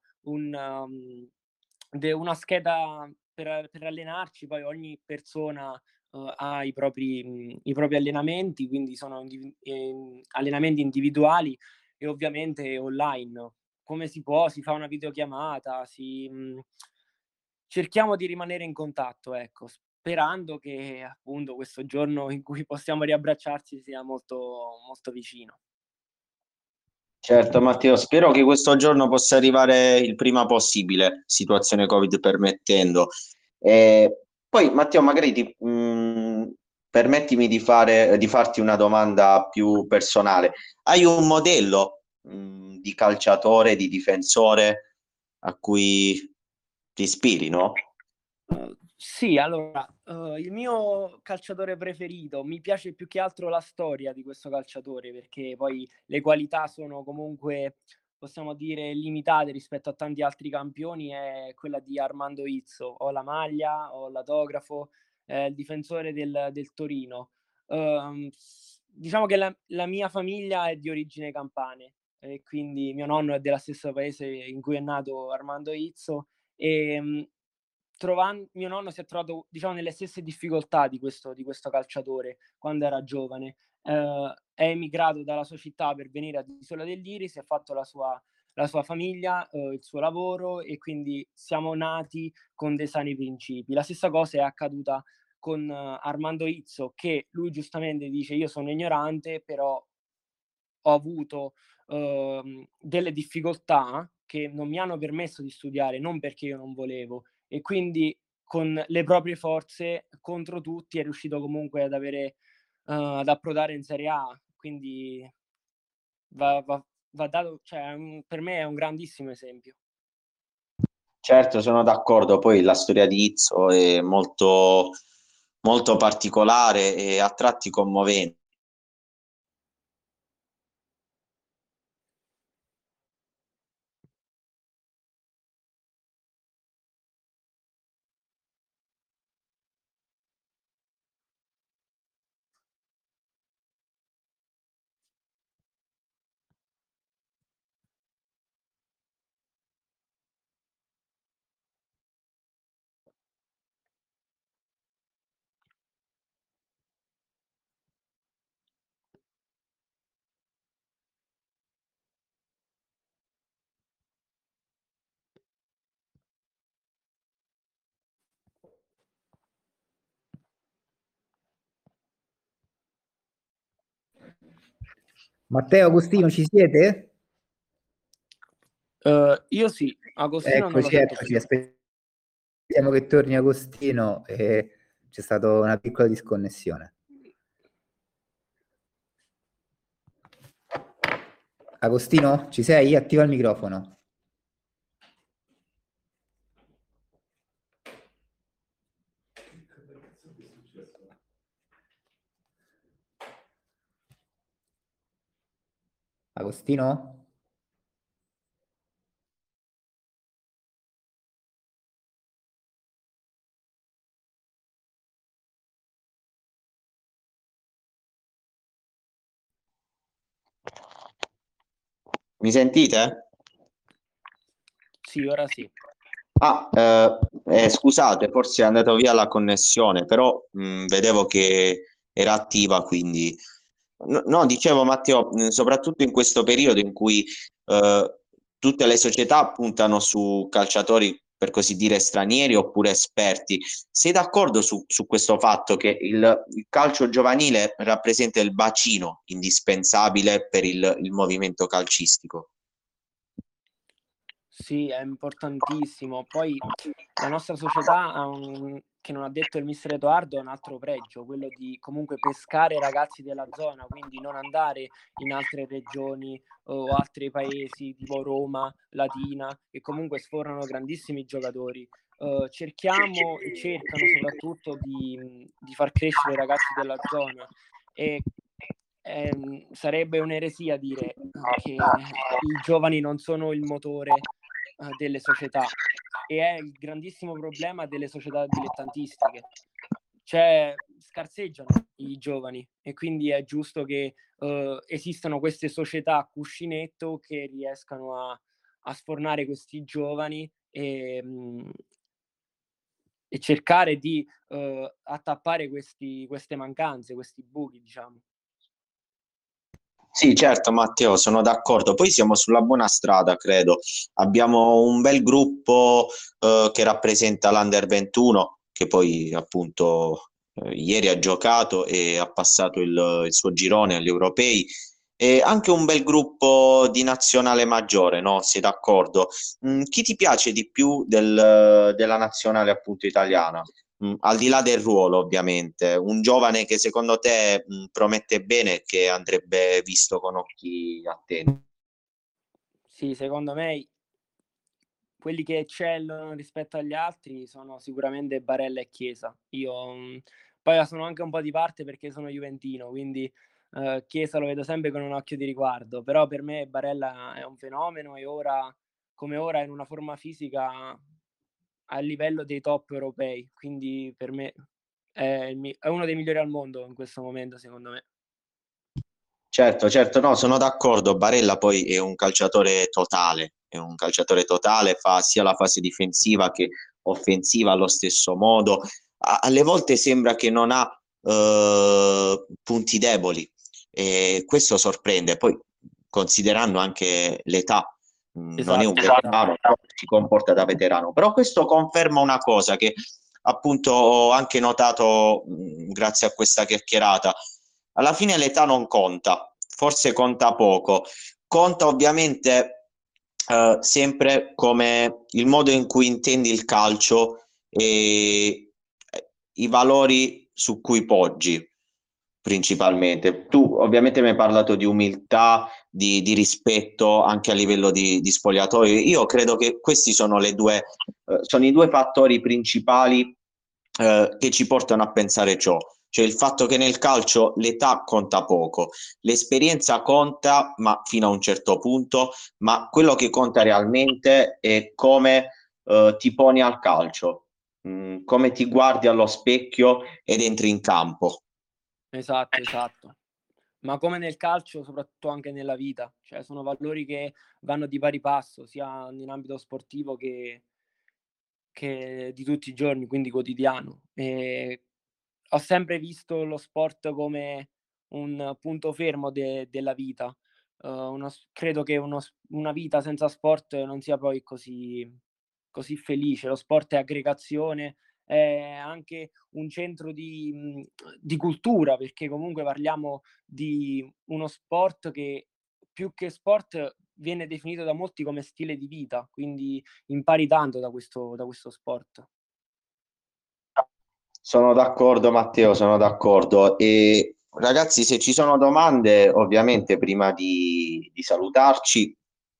una scheda per allenarci, poi ogni persona ha i propri allenamenti, quindi sono allenamenti individuali e ovviamente online. Come si può, si fa una videochiamata, cerchiamo di rimanere in contatto, ecco, sperando che appunto questo giorno in cui possiamo riabbracciarci sia molto, molto vicino. Certo, Matteo, spero che questo giorno possa arrivare il prima possibile, situazione Covid permettendo. Poi, Matteo, magari permettimi di farti una domanda più personale. Hai un modello, di calciatore, di difensore a cui ti ispiri, no? Sì, allora, il mio calciatore preferito, mi piace più che altro la storia di questo calciatore, perché poi le qualità sono comunque, possiamo dire, limitate rispetto a tanti altri campioni, è quella di Armando Izzo. Ho la maglia, ho l'autografo, è il difensore del Torino. Diciamo che la mia famiglia è di origine campane, e quindi mio nonno è della stessa paese in cui è nato Armando Izzo, e mio nonno si è trovato, diciamo, nelle stesse difficoltà di questo calciatore quando era giovane. È emigrato dalla sua città per venire ad Isola dell'Iris, si è fatto la sua famiglia, il suo lavoro, e quindi siamo nati con dei sani principi. La stessa cosa è accaduta con Armando Izzo, che lui giustamente dice: io sono ignorante, però ho avuto delle difficoltà che non mi hanno permesso di studiare, non perché io non volevo, e quindi con le proprie forze contro tutti è riuscito comunque ad approdare in Serie A. Quindi va dato, cioè, per me è un grandissimo esempio. Certo, sono d'accordo. Poi la storia di Izzo è molto, molto particolare e a tratti commovente. Matteo, Agostino, ci siete? Io sì, Agostino non lo Eccoci, sento eccoci, più. aspettiamo che torni Agostino e c'è stata una piccola disconnessione. Agostino, ci sei? Attiva il microfono. Agostino? Mi sentite? Sì, ora sì. Scusate, forse è andata via la connessione, però vedevo che era attiva, quindi. No, dicevo Matteo, soprattutto in questo periodo in cui tutte le società puntano su calciatori per così dire stranieri oppure esperti. Sei d'accordo su questo fatto che il calcio giovanile rappresenta il bacino indispensabile per il movimento calcistico? Sì, è importantissimo. Poi la nostra società che non ha detto il mister Edoardo, ha un altro pregio, quello di comunque pescare i ragazzi della zona, quindi non andare in altre regioni o altri paesi tipo Roma, Latina, che comunque sfornano grandissimi giocatori. Cerchiamo e cercano soprattutto di far crescere i ragazzi della zona e sarebbe un'eresia dire che i giovani non sono il motore delle società, e è il grandissimo problema delle società dilettantistiche, cioè scarseggiano i giovani e quindi è giusto che esistano queste società a cuscinetto che riescano a sfornare questi giovani e cercare di attappare queste mancanze, questi buchi, diciamo. Sì, certo, Matteo, sono d'accordo. Poi siamo sulla buona strada, credo. Abbiamo un bel gruppo che rappresenta l'Under 21, che poi appunto ieri ha giocato e ha passato il suo girone agli europei. E anche un bel gruppo di nazionale maggiore, no? Sei d'accordo? Chi ti piace di più della nazionale appunto italiana? Al di là del ruolo, ovviamente, un giovane che secondo te promette bene e che andrebbe visto con occhi attenti. Sì, secondo me quelli che eccellono rispetto agli altri sono sicuramente Barella e Chiesa. Io poi sono anche un po' di parte perché sono juventino, quindi Chiesa lo vedo sempre con un occhio di riguardo, però per me Barella è un fenomeno e ora come ora è in una forma fisica a livello dei top europei, quindi per me è uno dei migliori al mondo in questo momento, secondo me. Certo, certo, no, sono d'accordo. Barella poi è un calciatore totale, fa sia la fase difensiva che offensiva allo stesso modo. Alle volte sembra che non ha punti deboli e questo sorprende. Poi, considerando anche l'età, non è un Esatto. veterano, però si comporta da veterano. Però questo conferma una cosa che appunto ho anche notato grazie a questa chiacchierata. Alla fine l'età non conta, forse conta poco. Conta ovviamente sempre come il modo in cui intendi il calcio e i valori su cui poggi principalmente. Tu ovviamente mi hai parlato di umiltà, di rispetto anche a livello di spogliatoio. Io credo che questi sono sono i due fattori principali che ci portano a pensare ciò. Cioè il fatto che nel calcio l'età conta poco, l'esperienza conta, ma fino a un certo punto, ma quello che conta realmente è come ti poni al calcio, come ti guardi allo specchio ed entri in campo. Esatto, esatto. Ma come nel calcio, soprattutto anche nella vita, cioè sono valori che vanno di pari passo, sia in ambito sportivo che di tutti i giorni, quindi quotidiano. Ho sempre visto lo sport come un punto fermo della vita. Credo che una vita senza sport non sia poi così felice. Lo sport è aggregazione, è anche un centro di cultura, perché comunque parliamo di uno sport che più che sport viene definito da molti come stile di vita, quindi impari tanto da questo sport. Sono d'accordo, Matteo, sono d'accordo. E ragazzi, se ci sono domande, ovviamente prima di salutarci,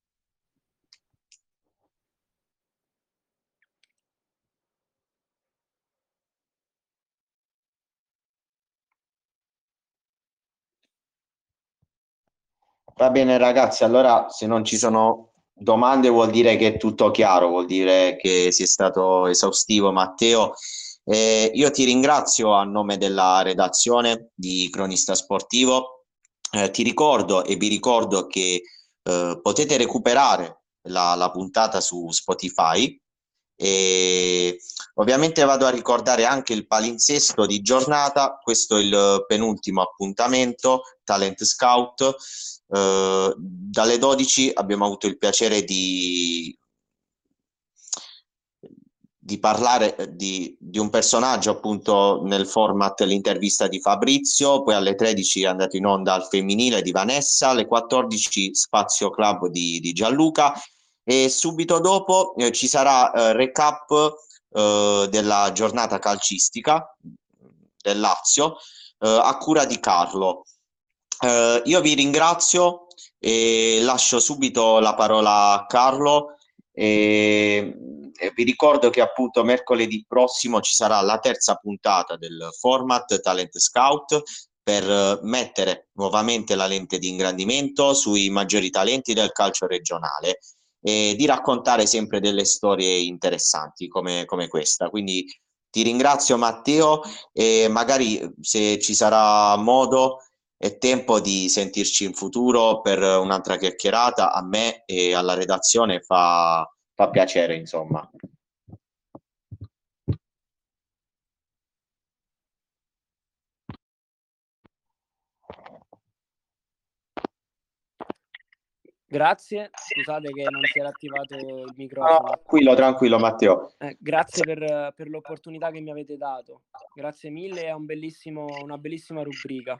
va bene, ragazzi. Allora, se non ci sono domande, vuol dire che è tutto chiaro, vuol dire che sei stato esaustivo, Matteo. Io ti ringrazio a nome della redazione di Cronista Sportivo. Ti ricordo e vi ricordo che potete recuperare la puntata su Spotify E ovviamente vado a ricordare anche il palinsesto di giornata. Questo è il penultimo appuntamento Talent Scout. Dalle 12 abbiamo avuto il piacere di parlare di un personaggio appunto nel format l'intervista di Fabrizio, poi alle 13 è andato in onda al femminile di Vanessa, alle 14 Spazio Club di Gianluca, e subito dopo ci sarà recap della giornata calcistica del Lazio a cura di Carlo. Io vi ringrazio e lascio subito la parola a Carlo. E vi ricordo che appunto mercoledì prossimo ci sarà la terza puntata del format Talent Scout per mettere nuovamente la lente di ingrandimento sui maggiori talenti del calcio regionale e di raccontare sempre delle storie interessanti come questa. Quindi ti ringrazio Matteo, e magari se ci sarà modo e tempo di sentirci in futuro per un'altra chiacchierata, a me e alla redazione fa piacere, insomma. Grazie, scusate che non si era attivato il microfono. Tranquillo Matteo. Grazie per l'opportunità che mi avete dato. Grazie mille, è una bellissima rubrica.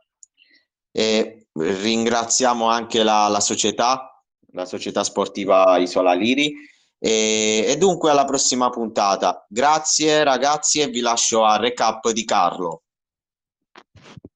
E ringraziamo anche la società sportiva Isola Liri, e dunque alla prossima puntata. Grazie ragazzi e vi lascio al recap di Carlo.